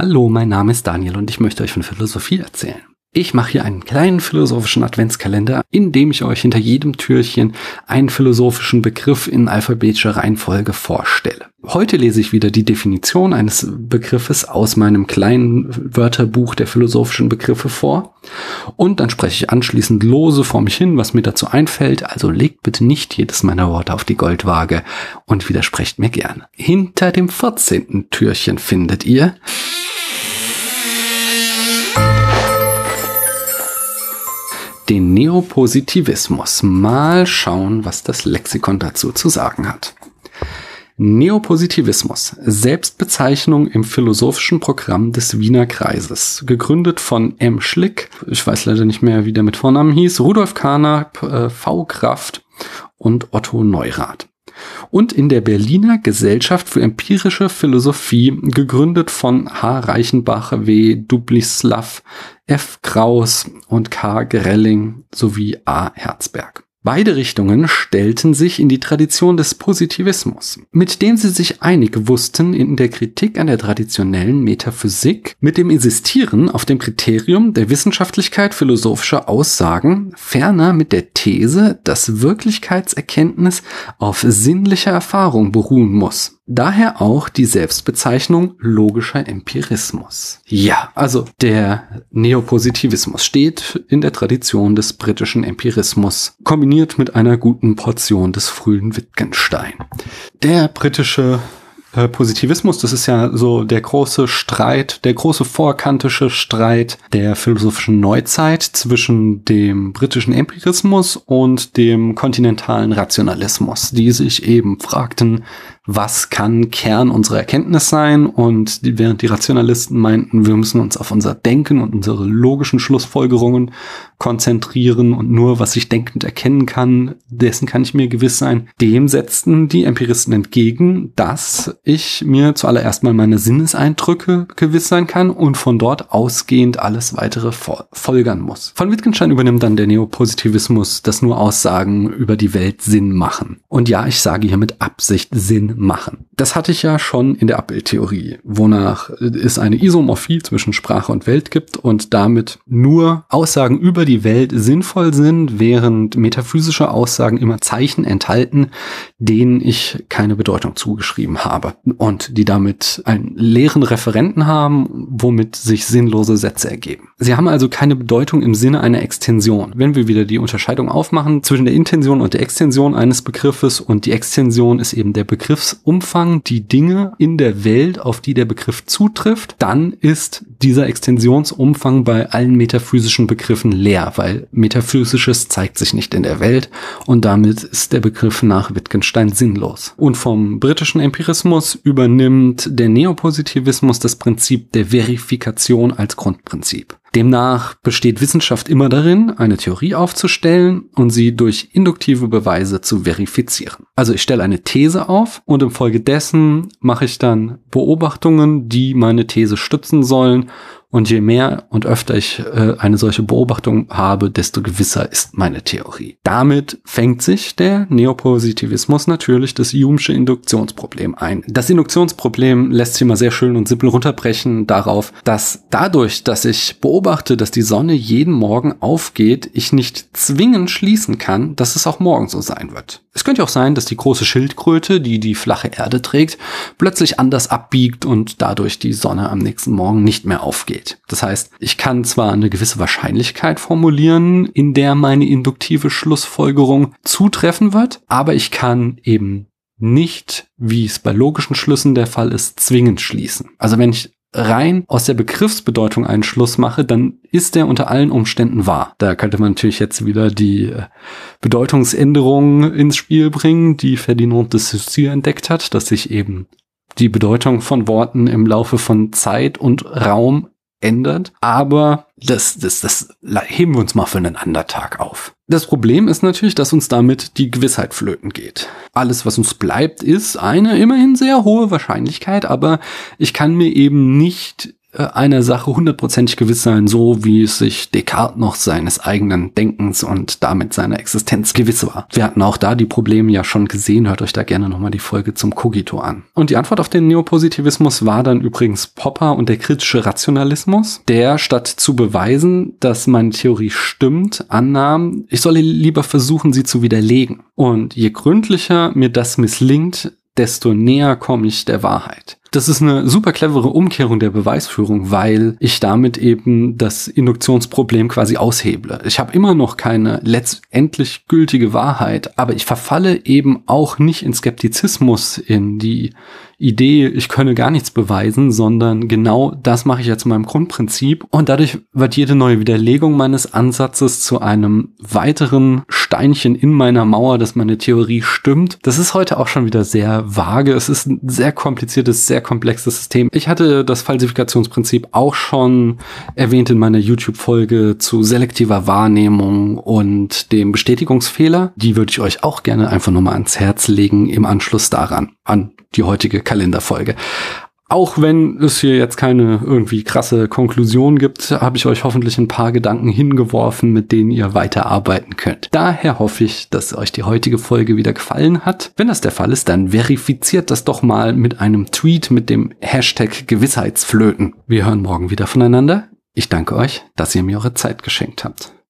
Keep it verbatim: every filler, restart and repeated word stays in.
Hallo, mein Name ist Daniel und ich möchte euch von Philosophie erzählen. Ich mache hier einen kleinen philosophischen Adventskalender, in dem ich euch hinter jedem Türchen einen philosophischen Begriff in alphabetischer Reihenfolge vorstelle. Heute lese ich wieder die Definition eines Begriffes aus meinem kleinen Wörterbuch der philosophischen Begriffe vor und dann spreche ich anschließend lose vor mich hin, was mir dazu einfällt, also legt bitte nicht jedes meiner Worte auf die Goldwaage und widersprecht mir gerne. Hinter dem vierzehnten Türchen findet ihr den Neopositivismus. Mal schauen, was das Lexikon dazu zu sagen hat. Neopositivismus, Selbstbezeichnung im philosophischen Programm des Wiener Kreises, gegründet von M. Schlick, ich weiß leider nicht mehr, wie der mit Vornamen hieß, Rudolf Carnap, äh, V. Kraft und Otto Neurath. Und in der Berliner Gesellschaft für empirische Philosophie, gegründet von H. Reichenbach, W. Dublislav, F. Kraus und K. Grelling sowie A. Herzberg. Beide Richtungen stellten sich in die Tradition des Positivismus, mit dem sie sich einig wussten in der Kritik an der traditionellen Metaphysik, mit dem Insistieren auf dem Kriterium der Wissenschaftlichkeit philosophischer Aussagen, ferner mit der These, dass Wirklichkeitserkenntnis auf sinnlicher Erfahrung beruhen muss. Daher auch die Selbstbezeichnung logischer Empirismus. Ja, also der Neopositivismus steht in der Tradition des britischen Empirismus, kombiniert mit einer guten Portion des frühen Wittgenstein. Der britische äh, Positivismus, das ist ja so der große Streit, der große vorkantische Streit der philosophischen Neuzeit zwischen dem britischen Empirismus und dem kontinentalen Rationalismus, die sich eben fragten, was kann Kern unserer Erkenntnis sein? Und die, während die Rationalisten meinten, wir müssen uns auf unser Denken und unsere logischen Schlussfolgerungen konzentrieren und nur, was ich denkend erkennen kann, dessen kann ich mir gewiss sein. Dem setzten die Empiristen entgegen, dass ich mir zuallererst mal meine Sinneseindrücke gewiss sein kann und von dort ausgehend alles weitere folgern muss. Von Wittgenstein übernimmt dann der Neopositivismus, dass nur Aussagen über die Welt Sinn machen. Und ja, ich sage hier mit Absicht Sinn machen. Das hatte ich ja schon in der Abbildtheorie, wonach es eine Isomorphie zwischen Sprache und Welt gibt und damit nur Aussagen über die Welt sinnvoll sind, während metaphysische Aussagen immer Zeichen enthalten, denen ich keine Bedeutung zugeschrieben habe und die damit einen leeren Referenten haben, womit sich sinnlose Sätze ergeben. Sie haben also keine Bedeutung im Sinne einer Extension. Wenn wir wieder die Unterscheidung aufmachen zwischen der Intention und der Extension eines Begriffes, und die Extension ist eben der Begriff Umfang, die Dinge in der Welt, auf die der Begriff zutrifft, dann ist dieser Extensionsumfang bei allen metaphysischen Begriffen leer, weil Metaphysisches zeigt sich nicht in der Welt und damit ist der Begriff nach Wittgenstein sinnlos. Und vom britischen Empirismus übernimmt der Neopositivismus das Prinzip der Verifikation als Grundprinzip. Demnach besteht Wissenschaft immer darin, eine Theorie aufzustellen und sie durch induktive Beweise zu verifizieren. Also ich stelle eine These auf und infolgedessen mache ich dann Beobachtungen, die meine These stützen sollen. Und je mehr und öfter ich äh, eine solche Beobachtung habe, desto gewisser ist meine Theorie. Damit fängt sich der Neopositivismus natürlich das Hume'sche Induktionsproblem ein. Das Induktionsproblem lässt sich mal sehr schön und simpel runterbrechen darauf, dass dadurch, dass ich beobachte, dass die Sonne jeden Morgen aufgeht, ich nicht zwingend schließen kann, dass es auch morgen so sein wird. Es könnte auch sein, dass die große Schildkröte, die die flache Erde trägt, plötzlich anders abbiegt und dadurch die Sonne am nächsten Morgen nicht mehr aufgeht. Das heißt, ich kann zwar eine gewisse Wahrscheinlichkeit formulieren, in der meine induktive Schlussfolgerung zutreffen wird, aber ich kann eben nicht, wie es bei logischen Schlüssen der Fall ist, zwingend schließen. Also wenn ich rein aus der Begriffsbedeutung einen Schluss mache, dann ist der unter allen Umständen wahr. Da könnte man natürlich jetzt wieder die Bedeutungsänderung ins Spiel bringen, die Ferdinand de Saussure entdeckt hat, dass sich eben die Bedeutung von Worten im Laufe von Zeit und Raum ändert. Aber das, das, das heben wir uns mal für einen anderen Tag auf. Das Problem ist natürlich, dass uns damit die Gewissheit flöten geht. Alles, was uns bleibt, ist eine immerhin sehr hohe Wahrscheinlichkeit, aber ich kann mir eben nicht einer Sache hundertprozentig gewiss sein, so wie es sich Descartes noch seines eigenen Denkens und damit seiner Existenz gewiss war. Wir hatten auch da die Probleme ja schon gesehen, hört euch da gerne nochmal die Folge zum Cogito an. Und die Antwort auf den Neopositivismus war dann übrigens Popper und der kritische Rationalismus, der statt zu beweisen, dass meine Theorie stimmt, annahm, ich solle lieber versuchen, sie zu widerlegen. Und je gründlicher mir das misslingt, desto näher komme ich der Wahrheit. Das ist eine super clevere Umkehrung der Beweisführung, weil ich damit eben das Induktionsproblem quasi ausheble. Ich habe immer noch keine letztendlich gültige Wahrheit, aber ich verfalle eben auch nicht in Skeptizismus, in die Idee, ich könne gar nichts beweisen, sondern genau das mache ich ja zu meinem Grundprinzip. Und dadurch wird jede neue Widerlegung meines Ansatzes zu einem weiteren Steinchen in meiner Mauer, dass meine Theorie stimmt. Das ist heute auch schon wieder sehr vage. Es ist ein sehr kompliziertes, sehr komplexes System. Ich hatte das Falsifikationsprinzip auch schon erwähnt in meiner YouTube-Folge zu selektiver Wahrnehmung und dem Bestätigungsfehler. Die würde ich euch auch gerne einfach nochmal ans Herz legen im Anschluss daran, an die heutige Kalenderfolge. Auch wenn es hier jetzt keine irgendwie krasse Konklusion gibt, habe ich euch hoffentlich ein paar Gedanken hingeworfen, mit denen ihr weiterarbeiten könnt. Daher hoffe ich, dass euch die heutige Folge wieder gefallen hat. Wenn das der Fall ist, dann verifiziert das doch mal mit einem Tweet mit dem Hashtag Gewissheitsflöten. Wir hören morgen wieder voneinander. Ich danke euch, dass ihr mir eure Zeit geschenkt habt.